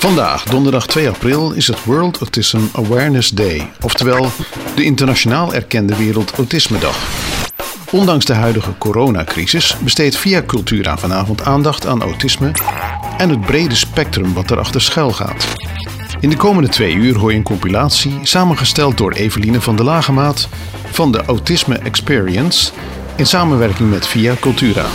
Vandaag, donderdag 2 april, is het World Autism Awareness Day, oftewel de internationaal erkende Wereld Autismedag. Ondanks de huidige coronacrisis besteedt Via Cultura vanavond aandacht aan autisme en het brede spectrum wat erachter schuil gaat. In de komende 2 uur hoor je een compilatie samengesteld door Eveline van der Lagemaat van de Autisme Experience in samenwerking met Via Cultura.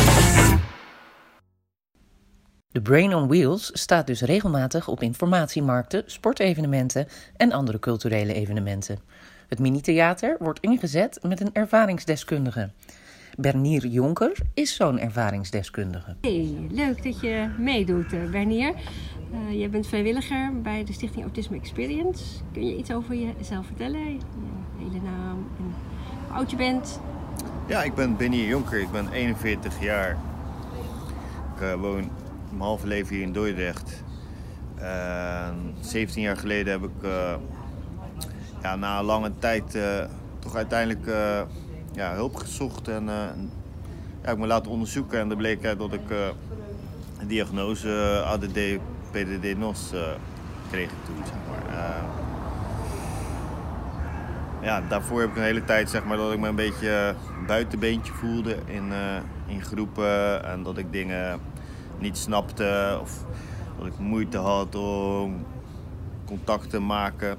De Brain on Wheels staat dus regelmatig op informatiemarkten, sportevenementen en andere culturele evenementen. Het mini-theater wordt ingezet met een ervaringsdeskundige. Bernier Jonker is zo'n ervaringsdeskundige. Hey, leuk dat je meedoet, Bernier. Je bent vrijwilliger bij de Stichting Autisme Experience. Kun je iets over jezelf vertellen? Je hele naam en hoe oud je bent? Ja, ik ben Bernier Jonker. Ik ben 41 jaar. Ik woon mijn halve leven hier in Dordrecht. 17 jaar geleden heb ik na een lange tijd toch uiteindelijk hulp gezocht en ik me laten onderzoeken. En er bleek uit dat ik een diagnose ADD, PDD-NOS kreeg ik toen, zeg maar. Daarvoor heb ik een hele tijd, zeg maar, dat ik me een beetje buitenbeentje voelde in groepen en dat ik dingen niet snapte of dat ik moeite had om contact te maken.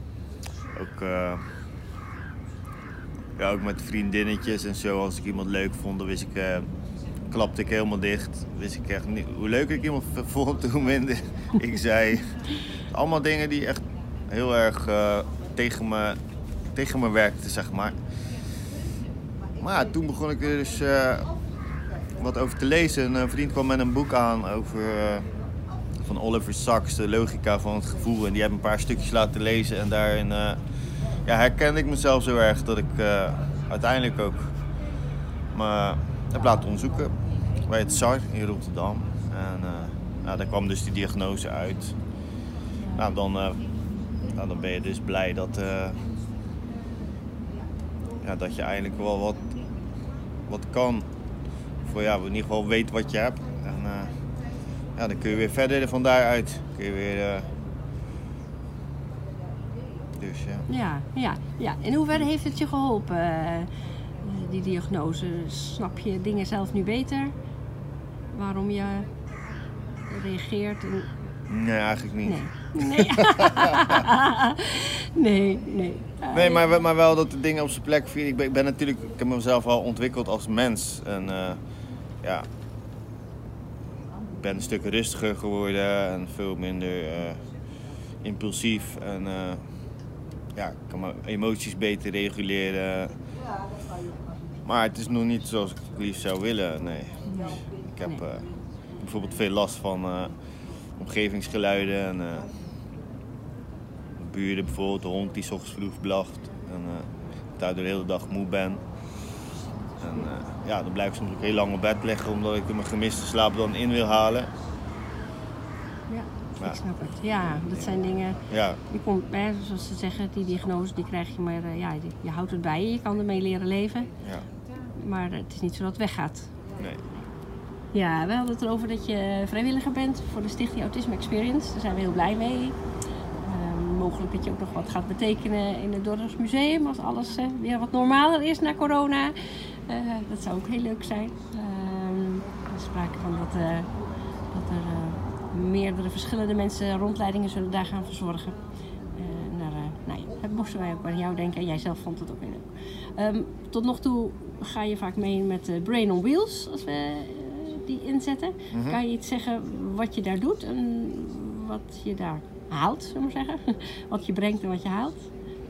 Ook met vriendinnetjes en zo. Als ik iemand leuk vond, dan klapte ik helemaal dicht. Wist ik echt niet hoe leuk ik iemand vond, hoe minder ik zei. Allemaal dingen die echt heel erg tegen me werkten, zeg maar. Maar ja, toen begon ik er dus wat over te lezen. Een vriend kwam met een boek aan over van Oliver Sacks, de logica van het gevoel. En die heb een paar stukjes laten lezen en daarin herkende ik mezelf zo erg dat ik uiteindelijk ook me heb laten onderzoeken bij het SAR in Rotterdam. En daar kwam dus die diagnose uit. Dan ben je dus blij dat je eigenlijk wel wat kan. Of in ieder geval weet wat je hebt. En dan kun je weer verder van daaruit. Kun je weer, dus ja. Ja. In hoeverre heeft het je geholpen, die diagnose? Snap je dingen zelf nu beter? Waarom je reageert? Nee, eigenlijk niet. Nee. Nee, maar wel dat de dingen op zijn plek vielen. Ik heb mezelf al ontwikkeld als mens. En ik ben een stuk rustiger geworden en veel minder impulsief. En ik kan mijn emoties beter reguleren. Maar het is nog niet zoals ik het liefst zou willen, nee. Ik heb bijvoorbeeld veel last van omgevingsgeluiden en buren bijvoorbeeld, de hond die 's ochtends vroeg blaft en ik daardoor de hele dag moe ben. En dan blijf ik soms ook heel lang op bed liggen omdat ik mijn gemiste slaap dan in wil halen. Ja, ik snap het. Ja, dat zijn dingen. Ja. Je komt, zoals ze zeggen, die diagnose die krijg je, maar je houdt het bij je. Je kan ermee leren leven. Ja. Maar het is niet zo dat het weggaat. Nee. Ja, we hadden het erover dat je vrijwilliger bent voor de Stichting Autisme Experience. Daar zijn we heel blij mee. Mogelijk dat je ook nog wat gaat betekenen in het Dordrechts Museum als alles weer wat normaler is na corona. Dat zou ook heel leuk zijn. Er is sprake van dat er meerdere verschillende mensen rondleidingen zullen daar gaan verzorgen. Dat moesten wij ook aan jou denken en jij zelf vond het ook heel leuk. Tot nog toe ga je vaak mee met Brain on Wheels als we die inzetten. Mm-hmm. Kan je iets zeggen wat je daar doet en wat je daar haalt, zullen we maar zeggen? Wat je brengt en wat je haalt?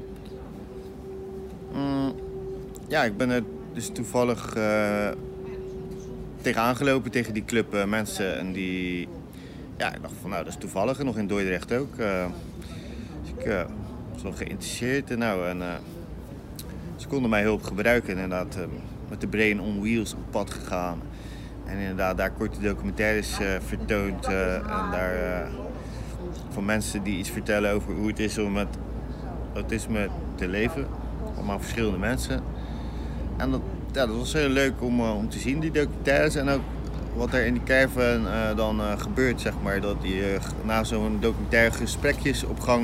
Ik ben er dus toevallig tegenaan gelopen tegen die club mensen. En ik dacht van dat is toevallig, nog in Dordrecht ook. Dus ik was wel geïnteresseerd en ze konden mij hulp gebruiken. Inderdaad, met de Brain on Wheels op pad gegaan. En inderdaad daar korte documentaires vertoond. En daar van mensen die iets vertellen over hoe het is om met autisme te leven. Allemaal verschillende mensen. En dat was heel leuk om te zien, die documentaires. En ook wat er in die caravan dan gebeurt, zeg maar. Dat die na zo'n documentaire gesprekjes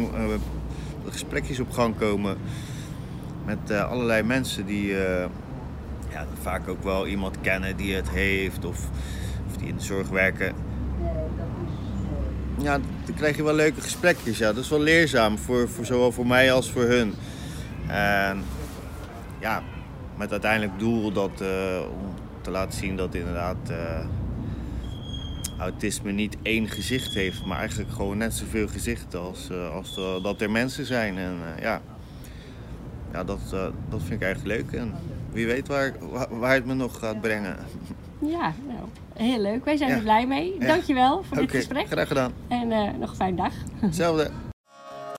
op gang komen met allerlei mensen die vaak ook wel iemand kennen die het heeft of die in de zorg werken. Ja, dan krijg je wel leuke gesprekjes. Ja. Dat is wel leerzaam, zowel voor mij als voor hun. En ja, met uiteindelijk doel om te laten zien dat inderdaad autisme niet één gezicht heeft, maar eigenlijk gewoon net zoveel gezichten als dat er mensen zijn. En dat vind ik eigenlijk leuk. En wie weet waar het me nog gaat brengen. Ja, nou, heel leuk. Wij zijn er blij mee. Dankjewel voor dit gesprek. Graag gedaan. En nog een fijne dag. Hetzelfde.